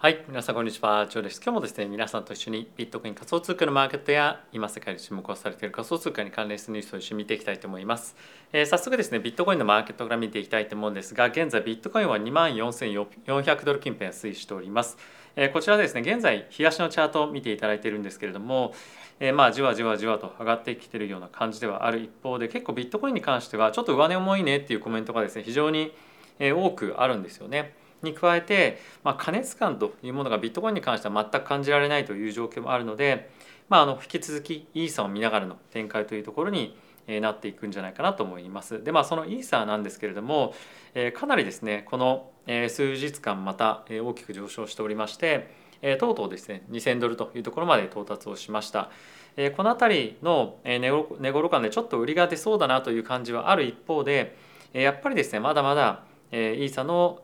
はい、皆さんこんにちは、ジョーです。今日もですね、皆さんと一緒にビットコイン仮想通貨のマーケットや今世界で注目をされている仮想通貨に関連するニュースを一緒に見ていきたいと思います。早速ですね、ビットコインのマーケットから見ていきたいと思うんですが、現在ビットコインは24,400ドル近辺推移しております。こちらですね、現在日足のチャートを見ていただいているんですけれども、じわじわじわと上がってきているような感じではある一方で、結構ビットコインに関してはちょっと上値重いねっていうコメントがですね、非常に多くあるんですよね。に加えて、過熱感というものがビットコインに関しては全く感じられないという状況もあるので、引き続きイーサを見ながらの展開というところになっていくんじゃないかなと思います。で、そのイーサなんですけれども、かなりですねこの数日間また大きく上昇しておりまして、とうとうですね2000ドルというところまで到達をしました。この辺りの値頃感でちょっと売りが出そうだなという感じはある一方で、やっぱりですねまだまだイーサの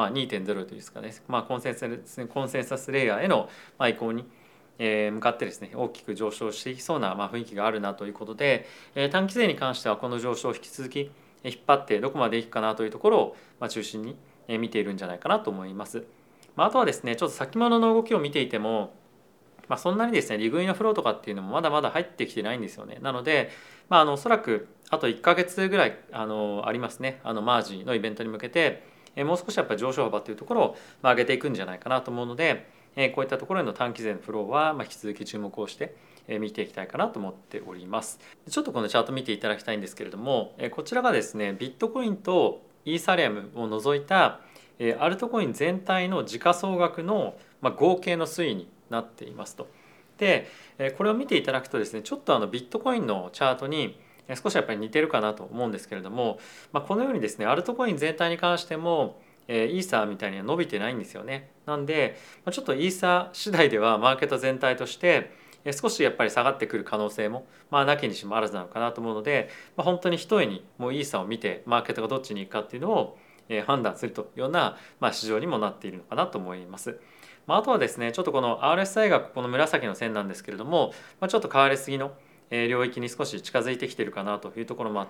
2.0というですかね、コンセンサスレイヤーへの移行に向かってですね大きく上昇していきそうな雰囲気があるなということで、短期勢に関してはこの上昇を引き続き引っ張ってどこまでいくかなというところを中心に見ているんじゃないかなと思います。あとはですねちょっと先物の動きを見ていても、そんなにですね利食いのフローとかっていうのもまだまだ入ってきてないんですよね。なので、おそらくあと1ヶ月ぐらいありますね、マージのイベントに向けてもう少しやっぱり上昇幅というところを上げていくんじゃないかなと思うので、こういったところへの短期勢のフローは引き続き注目をして見ていきたいかなと思っております。ちょっとこのチャート見ていただきたいんですけれども、こちらがですねビットコインとイーサリアムを除いたアルトコイン全体の時価総額の合計の推移になっていますと。でこれを見ていただくとですねちょっとビットコインのチャートに少しやっぱり似てるかなと思うんですけれども、このようにですねアルトコイン全体に関してもイーサーみたいには伸びてないんですよね。なんでちょっとイーサー次第ではマーケット全体として少しやっぱり下がってくる可能性もなきにしもあらずなのかなと思うので、本当に一重にもうイーサーを見てマーケットがどっちに行くかっていうのを判断するというような市場にもなっているのかなと思います。あとはですねちょっとこの RSI がこの紫の線なんですけれども、ちょっと変わりすぎの領域に少し近づいてきているかなというところもあって、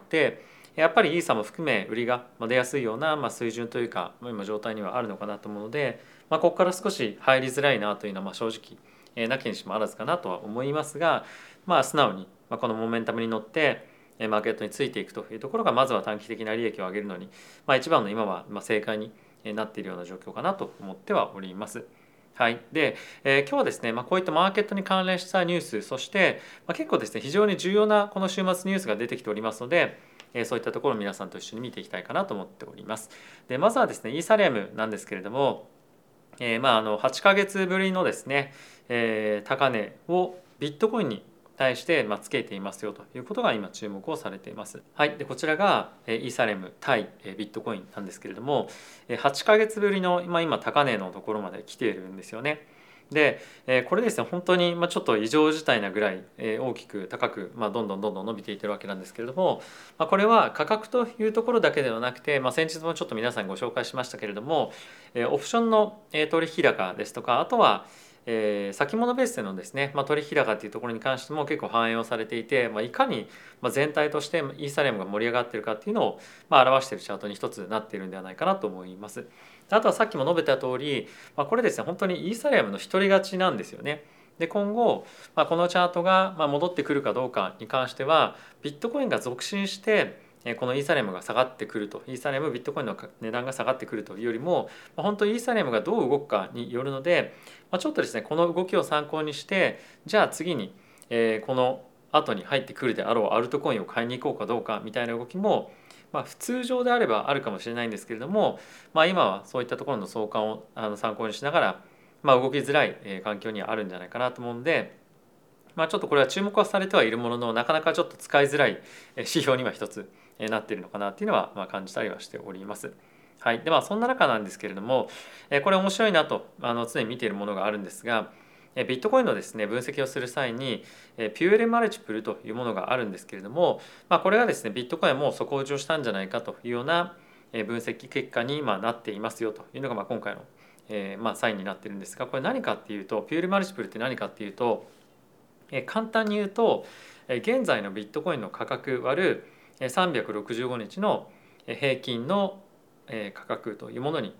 やっぱりイーサも含め売りが出やすいような水準というか今状態にはあるのかなと思うので、ここから少し入りづらいなというのは正直なきにしもあらずかなとは思いますが、素直にこのモメンタムに乗ってマーケットについていくというところがまずは短期的な利益を上げるのに一番の今は正解になっているような状況かなと思ってはおります。はい、で、今日はですね、こういったマーケットに関連したニュース、そして、結構ですね非常に重要なこの週末ニュースが出てきておりますので、そういったところを皆さんと一緒に見ていきたいかなと思っております。でまずはですねイーサリアムなんですけれども、8ヶ月ぶりのですね、高値をビットコインに対してつけていますよということが今注目をされています。はい、でこちらがイーサリアム対ビットコインなんですけれども、8ヶ月ぶりの今高値のところまで来ているんですよね。でこれですね本当にちょっと異常事態なぐらい大きく高くどんどんどんどん伸びていってるわけなんですけれども、これは価格というところだけではなくて、先日もちょっと皆さんご紹介しましたけれども、オプションの取引高ですとか、あとは先物ベースでのですね、取引高っていうところに関しても結構反映をされていて、いかに全体としてイーサリアムが盛り上がっているかっていうのを表しているチャートに一つなっているんではないかなと思います。あとはさっきも述べた通り、これですね本当にイーサリアムの独り勝ちなんですよね。で今後、このチャートが戻ってくるかどうかに関してはビットコインが続伸してこのイーサリアムが下がってくると、イーサリアムビットコインの値段が下がってくるというよりも本当にイーサリアムがどう動くかによるので、ちょっとですねこの動きを参考にしてじゃあ次にこの後に入ってくるであろうアルトコインを買いに行こうかどうかみたいな動きも普通常であればあるかもしれないんですけれども、今はそういったところの相関を参考にしながら、動きづらい環境にはあるんじゃないかなと思うんで、ちょっとこれは注目はされてはいるもののなかなかちょっと使いづらい指標には一つなっているのかなっていうのは感じたりはしております。はい、でそんな中なんですけれども、これ面白いなと常に見ているものがあるんですが、ビットコインのですね分析をする際にピューレマルチプルというものがあるんですけれども、これがですねビットコインはもう底打ちをしたんじゃないかというような分析結果になっていますよというのが今回のサインになっているんですが、これ何かっていうとピューレマルチプルって何かっていうと、簡単に言うと現在のビットコインの価格割る365日の平均の価格というものに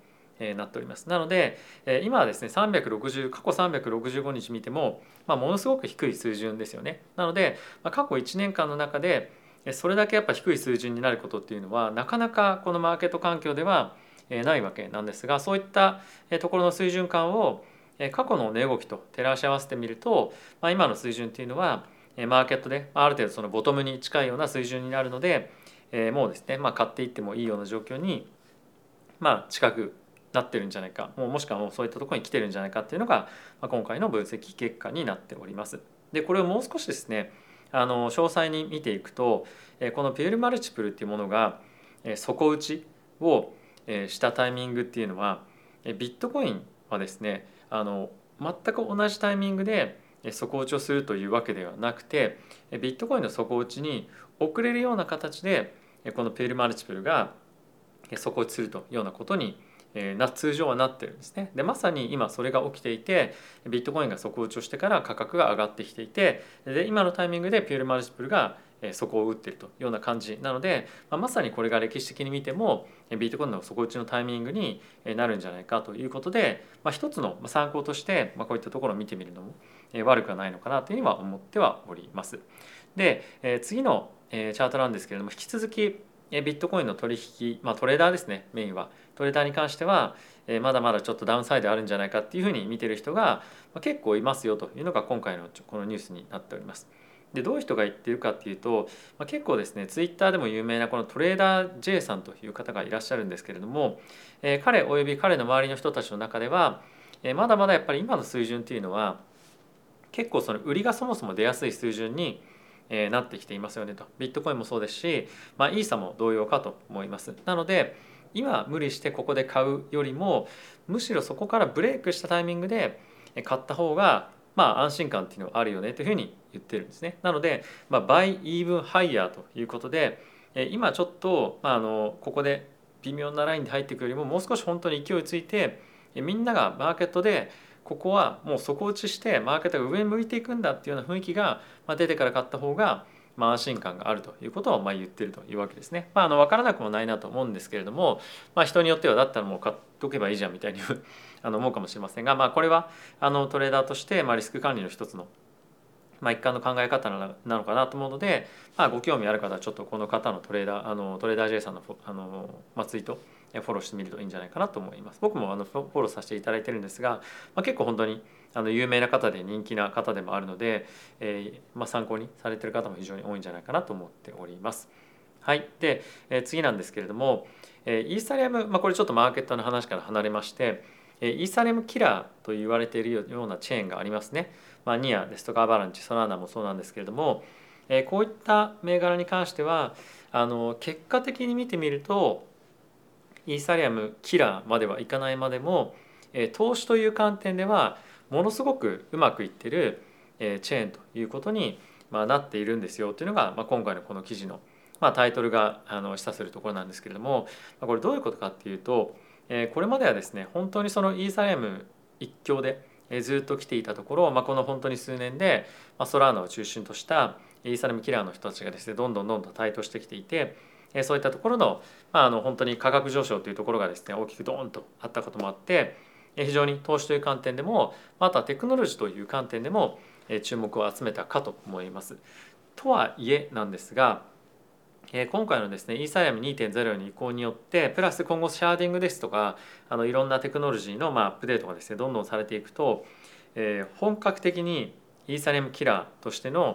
なっております。なので今はですね過去365日見ても、ものすごく低い水準ですよね。なので過去1年間の中でそれだけやっぱ低い水準になることっていうのはなかなかこのマーケット環境ではないわけなんですが、そういったところの水準感を過去の値動きと照らし合わせてみると、今の水準っていうのはマーケットである程度そのボトムに近いような水準になるので、もうですね買っていってもいいような状況に近くなってるんじゃないか、もしくはもうそういったところに来てるんじゃないかっていうのが今回の分析結果になっております。でこれをもう少しですね詳細に見ていくと、このピュールマルチプルっていうものが底打ちをしたタイミングっていうのはビットコインはですね全く同じタイミングで底打ちをするというわけではなくて、ビットコインの底打ちに遅れるような形でこのピュールマルチプルが底打ちするというようなことに通常はなってるんですね。でまさに今それが起きていて、ビットコインが底打ちをしてから価格が上がってきていて、で今のタイミングでピュールマルチプルが底を打っているというような感じなので、まさにこれが歴史的に見てもビットコインの底打ちのタイミングになるんじゃないかということで、一つの参考としてこういったところを見てみるのも悪くはないのかなというふうには思ってはおります。で次のチャートなんですけれども、引き続きビットコインの取引、トレーダーですね、メインはトレーダーに関してはまだまだちょっとダウンサイドあるんじゃないかっていうふうに見てる人が結構いますよというのが今回のこのニュースになっております。でどういう人が言っているかっていうと、結構ですねツイッターでも有名なこのトレーダー J さんという方がいらっしゃるんですけれども、彼および彼の周りの人たちの中ではまだまだやっぱり今の水準っていうのは結構その売りがそもそも出やすい水準になってきていますよねと。ビットコインもそうですし、イーサも同様かと思います。なので今無理してここで買うよりも、むしろそこからブレイクしたタイミングで買った方が安心感っていうのはあるよねというふうに言ってるんですね。なのでバイイーブンハイヤーということで、今ちょっとここで微妙なラインで入っていくよりももう少し本当に勢いついて、みんながマーケットでここはもう底打ちしてマーケットが上に向いていくんだっていうような雰囲気が出てから買った方が安心感があるということを言ってるというわけですね。分からなくもないなと思うんですけれども、人によってはだったらもう買っとけばいいじゃんみたいに思うかもしれませんが、これはトレーダーとしてリスク管理の一つの一環の考え方なのかなと思うので、ご興味ある方はちょっとこの方のトレーダー J さんのツイートフォローしてみるといいんじゃないかなと思います。僕もフォローさせていただいてるんですが、結構本当に有名な方で人気な方でもあるので、参考にされてる方も非常に多いんじゃないかなと思っております。はい、で次なんですけれども、イーサリアム、これちょっとマーケットの話から離れまして、イーサリアムキラーと言われているようなチェーンがありますね。ニアですとかアバランチ、ソラーナもそうなんですけれども、こういった銘柄に関しては結果的に見てみるとイーサリアムキラーまではいかないまでも投資という観点ではものすごくうまくいってるチェーンということになっているんですよというのが今回のこの記事のタイトルが示唆するところなんですけれども、これどういうことかっていうと、これまではですね本当にそのイーサリアム一強でずっと来ていたところ、この本当に数年でソラーナを中心としたイーサリアムキラーの人たちがですねどんどん台頭してきていて、そういったところの、本当に価格上昇というところがですね大きくドーンとあったこともあって、非常に投資という観点でもまたテクノロジーという観点でも注目を集めたかと思います。とはいえなんですが、今回のですねイーサリアム 2.0 に移行によってプラス今後シャーディングですとかいろんなテクノロジーのアップデートがですねどんどんされていくと、本格的にイーサリアムキラーとしての、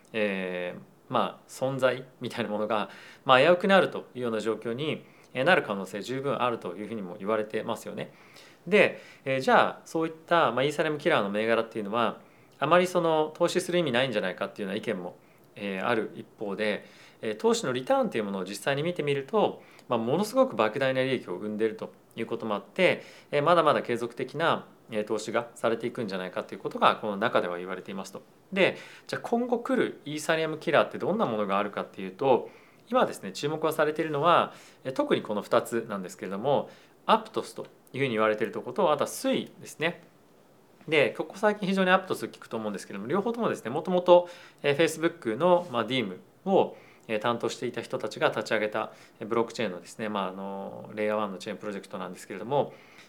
存在みたいなものが、危うくなるというような状況になる可能性十分あるというふうにも言われてますよね。で、じゃあそういった、イーサリアムキラーの銘柄っていうのはあまりその投資する意味ないんじゃないかっていうような意見もある一方で、投資のリターンというものを実際に見てみると、ものすごく莫大な利益を生んでいるということもあって、まだまだ継続的な投資がされていくんじゃないかということがこの中では言われていますと。で、じゃあ今後来るイーサリアムキラーってどんなものがあるかっていうと、今ですね注目はされているのは特にこの2つなんですけれども、アプトスというふうに言われているところと、あとはスイですね。でここ最近非常にアプトス聞くと思うんですけども、両方ともですねもともと Facebook のDIEM を担当していた人たちが立ち上げたブロックチェーンのですね、レイヤー1のチェーンプロジェクトなんですけれども、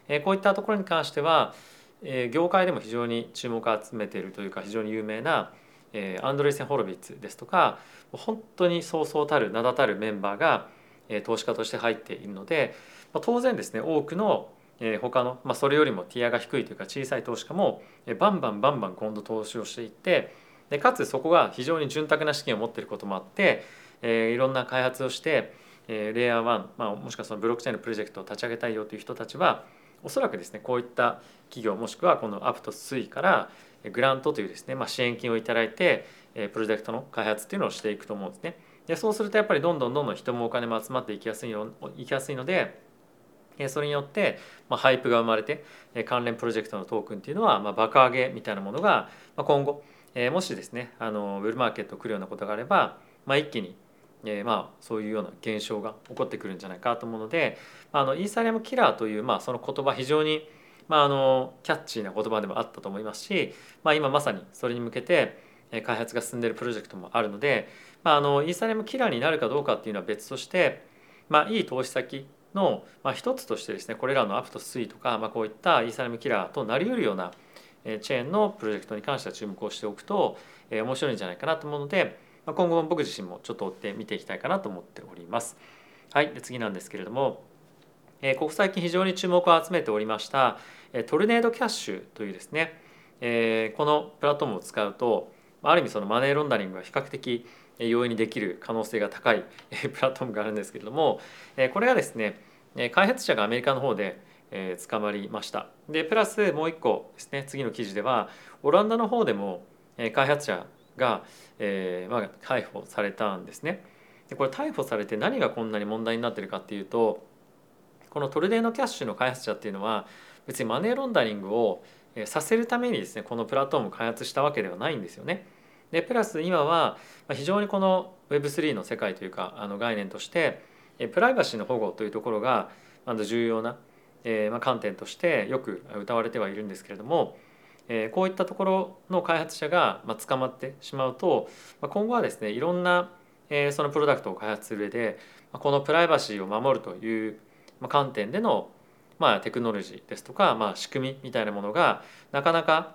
こういったところに関しては業界でも非常に注目を集めているというか非常に有名なアンドレイセン・ホロビッツですとか本当にそうそうたる名だたるメンバーが投資家として入っているので当然ですね多くの他のそれよりもティアが低いというか小さい投資家もバンバンバンバン今度投資をしていってでかつそこが非常に潤沢な資金を持っていることもあっていろんな開発をしてレイヤー1、もしくはそのブロックチェーンのプロジェクトを立ち上げたいよという人たちはおそらくですねこういった企業もしくはこのアプト3からグラントというですね、支援金をいただいてプロジェクトの開発っていうのをしていくと思うんですね。でそうするとやっぱりどんどんどんどん人もお金も集まっていきやすいのでそれによってハイプが生まれて関連プロジェクトのトークンっていうのは爆上げみたいなものが今後もしですねウェルマーケット来るようなことがあれば一気にそういうような現象が起こってくるんじゃないかと思うのでイーサリアムキラーというその言葉非常にキャッチーな言葉でもあったと思いますし今まさにそれに向けて開発が進んでいるプロジェクトもあるのでイーサリアムキラーになるかどうかっていうのは別としていい投資先の一つとしてですねこれらのアプト3とかこういったイーサリアムキラーとなり得るようなチェーンのプロジェクトに関しては注目をしておくと面白いんじゃないかなと思うので今後も僕自身もちょっと追って見ていきたいかなと思っております。はい、で次なんですけれどもここ最近非常に注目を集めておりましたトルネードキャッシュというですねこのプラットフォームを使うとある意味そのマネーロンダリングが比較的容易にできる可能性が高いプラットフォームがあるんですけれどもこれがですね開発者がアメリカの方で捕まりました。でプラスもう一個ですね次の記事ではオランダの方でも開発者が逮捕されたんですね。でこれ逮捕されて何がこんなに問題になってるかっていうとこのトルネードキャッシュの開発者っていうのは別にマネーロンダリングをさせるためにですねこのプラットフォームを開発したわけではないんですよね。でプラス今は非常にこの Web3 の世界というか概念としてプライバシーの保護というところが重要な観点としてよく謳われてはいるんですけれどもこういったところの開発者が捕まってしまうと今後はですねいろんなそのプロダクトを開発する上でこのプライバシーを守るという観点でのテクノロジーですとか仕組みみたいなものがなかなか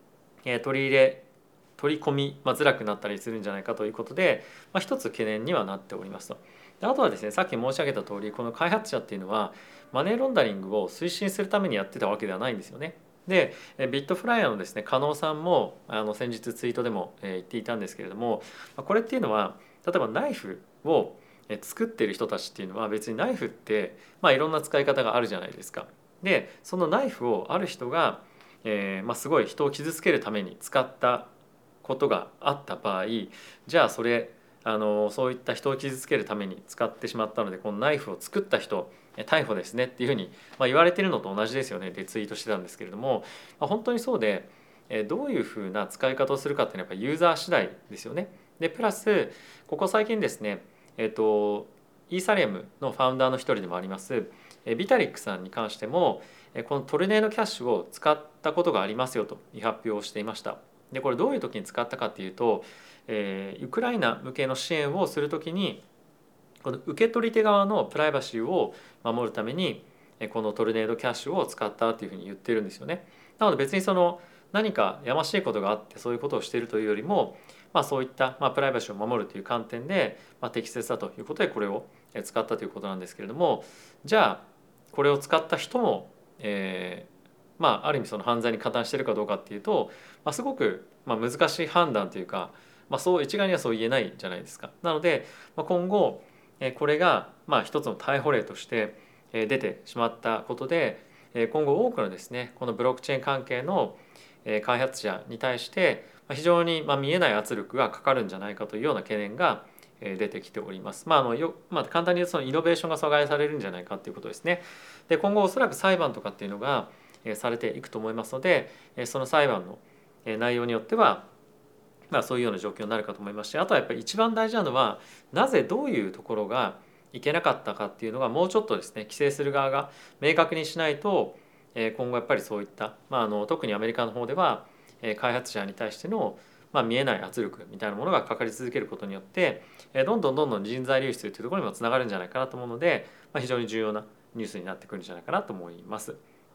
取り込みづらくなったりするんじゃないかということで一つ懸念にはなっておりますと。であとはですねさっき申し上げた通りこの開発者っていうのはマネーロンダリングを推進するためにやってたわけではないんですよね。でビットフライヤーのですね加納さんも先日ツイートでも言っていたんですけれどもこれっていうのは例えばナイフを作ってる人たちっていうのは別にナイフっていろんな使い方があるじゃないですか。でそのナイフをある人がすごい人を傷つけるために使ったことがあった場合じゃあそういった人を傷つけるために使ってしまったのでこのナイフを作った人逮捕ですねっていうふうに言われてるのと同じですよねってツイートしてたんですけれども本当にそうでどういうふうな使い方をするかっていうのはやっぱユーザー次第ですよね。でプラスここ最近ですねイーサリアムのファウンダーの一人でもありますビタリックさんに関してもこのトルネードキャッシュを使ったことがありますよという発表をしていました。でこれどういう時に使ったかっていうとウクライナ向けの支援をする時にこの受け取り手側のプライバシーを守るためにこのトルネードキャッシュを使ったっていうふうに言ってるんですよね。なので別にその何かやましいことがあってそういうことをしているというよりもそういったプライバシーを守るという観点で適切だということでこれを使ったということなんですけれどもじゃあこれを使った人もある意味その犯罪に加担しているかどうかっていうとすごく難しい判断というかそう一概にはそう言えないじゃないですか。なので今後これが一つの逮捕例として出てしまったことで今後多くのですねこのブロックチェーン関係の開発者に対して非常に見えない圧力がかかるんじゃないかというような懸念が出てきております。簡単に言うとそのイノベーションが阻害されるんじゃないかということですね。で今後おそらく裁判とかっていうのがされていくと思いますのでその裁判の内容によってはそういうような状況になるかと思いますしあとはやっぱり一番大事なのはなぜどういうところがいけなかったかっていうのがもうちょっとですね規制する側が明確にしないと今後やっぱりそういった特にアメリカの方では開発者に対しての見えない圧力みたいなものがかかり続けることによってどんどん人材流出というところにもつながるんじゃないかなと思うので非常に重要なニュースになってくるんじゃないかなと思います。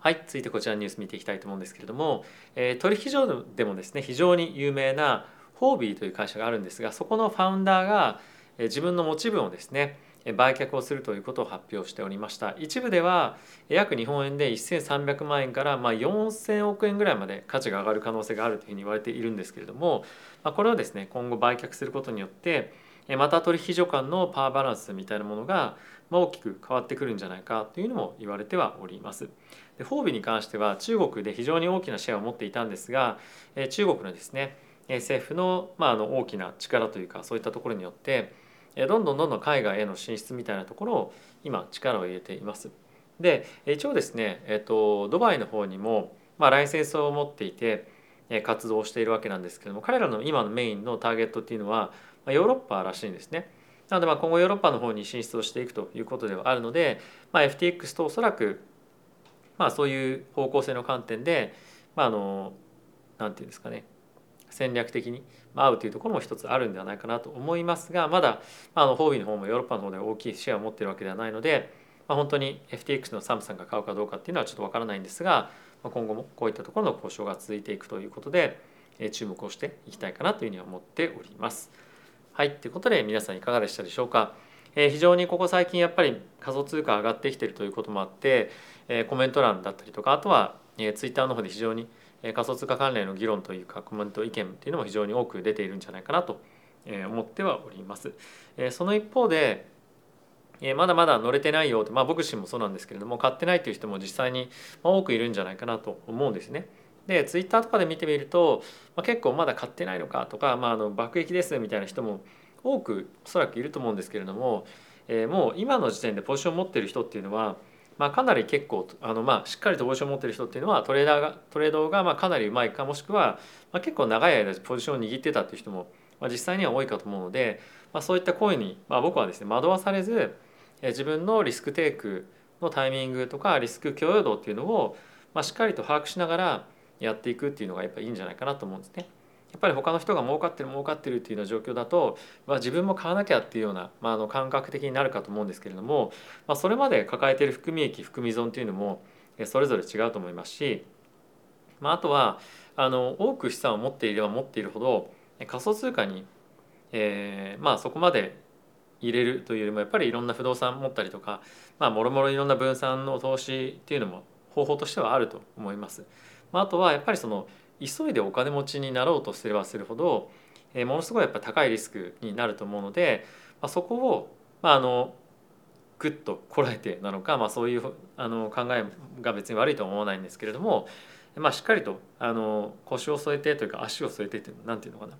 はい、続いてこちらのニュース見ていきたいと思うんですけれども、取引所でもですね非常に有名なフォービーという会社があるんですが、そこのファウンダーが自分の持ち分をですね売却をするということを発表しておりました。一部では約日本円で1300万円から4000億円ぐらいまで価値が上がる可能性があるというふうに言われているんですけれども、これをですね今後売却することによってまた取引所間のパワーバランスみたいなものが大きく変わってくるんじゃないかというのも言われてはおります。でフォービーに関しては中国で非常に大きなシェアを持っていたんですが、中国のですね政府の、大きな力というかそういったところによってどんどん海外への進出みたいなところを今力を入れています。で一応ですね、ドバイの方にも、ライセンスを持っていて活動をしているわけなんですけども、彼らの今のメインのターゲットっていうのはヨーロッパらしいんですね。なので今後ヨーロッパの方に進出をしていくということではあるので、FTX とおそらくそういう方向性の観点で、なんていうんですかね、戦略的に合うというところも一つあるんではないかなと思いますが、まだフォービーの方もヨーロッパの方で大きいシェアを持っているわけではないので、本当に FTX のサムさんが買うかどうかっていうのはちょっとわからないんですが、今後もこういったところの交渉が続いていくということで注目をしていきたいかなというふうには思っております。はい、ということで皆さんいかがでしたでしょうか。非常にここ最近やっぱり仮想通貨上がってきているということもあって、コメント欄だったりとか、あとはツイッターの方で非常に仮想通貨関連の議論というかコメント意見っていうのも非常に多く出ているんじゃないかなと思ってはおります。その一方でまだまだ乗れてないよって、僕自身もそうなんですけれども買ってないという人も実際に多くいるんじゃないかなと思うんですね。でツイッターとかで見てみると、結構まだ買ってないのかとか、爆撃ですみたいな人も多くおそらくいると思うんですけれども、もう今の時点でポジションを持っている人っていうのは、かなり結構しっかりとポジションを持っている人っていうのはトレードがかなりうまいか、もしくは結構長い間ポジションを握ってたっていう人も実際には多いかと思うので、そういった声に僕はですね惑わされず、自分のリスクテイクのタイミングとかリスク許容度っていうのをしっかりと把握しながらやっていくっていうのがやっぱりいいんじゃないかなと思うんですね。やっぱり他の人が儲かってるっていうような状況だと、自分も買わなきゃっていうような、感覚的になるかと思うんですけれども、それまで抱えている含み益含み損っていうのもそれぞれ違うと思いますし、あとは多く資産を持っていれば持っているほど仮想通貨に、そこまで入れるというよりもやっぱりいろんな不動産持ったりとか、もろもろいろんな分散の投資っていうのも方法としてはあると思います。あとはやっぱり急いでお金持ちになろうとすればするほど、ものすごいやっぱ高いリスクになると思うので、そこをぐっとこらえてなのか、そういう考えが別に悪いとは思わないんですけれども、しっかりと腰を添えてというか足を添えてってなんていうのかな、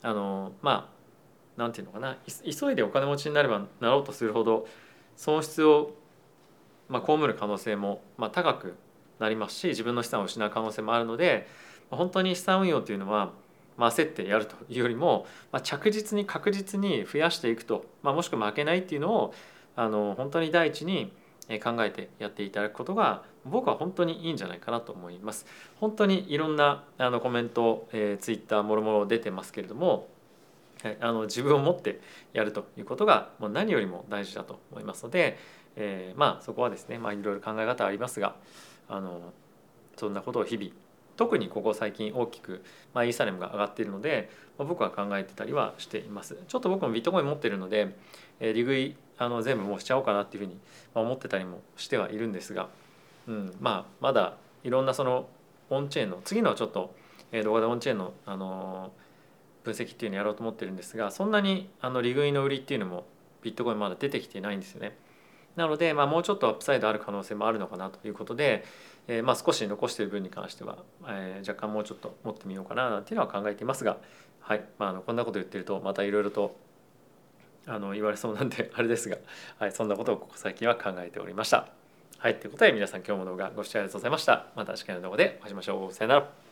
なんていうのかな、急いでお金持ちになろうとするほど損失を被る可能性も高くなりますし、自分の資産を失う可能性もあるので、本当に資産運用というのは焦ってやるというよりも、着実に確実に増やしていくと、もしくは負けないっていうのを本当に第一に考えてやっていただくことが僕は本当にいいんじゃないかなと思います。本当にいろんなコメント、ツイッターもろもろ出てますけれども、自分を持ってやるということがもう何よりも大事だと思いますので、そこはですね、いろいろ考え方ありますが、そんなことを日々特にここ最近大きく、イーサレムが上がっているので、僕は考えてたりはしています。ちょっと僕もビットコイン持っているので、利食い全部もうしちゃおうかなっていうふうに思ってたりもしてはいるんですが、まだいろんなオンチェーンの次のちょっと動画でオンチェーンの、分析っていうのをやろうと思ってるんですが、そんなに利食いの売りっていうのもビットコインまだ出てきてないんですよね。なので、もうちょっとアップサイドある可能性もあるのかなということで、少し残している分に関しては、若干もうちょっと持ってみようかななんていうのは考えていますが、はい、こんなこと言ってるとまたいろいろと言われそうなんであれですが、はい、そんなことをここ最近は考えておりました。はい、ということで皆さん今日も動画ご視聴ありがとうございました。また次回の動画でお会いしましょう。さよなら。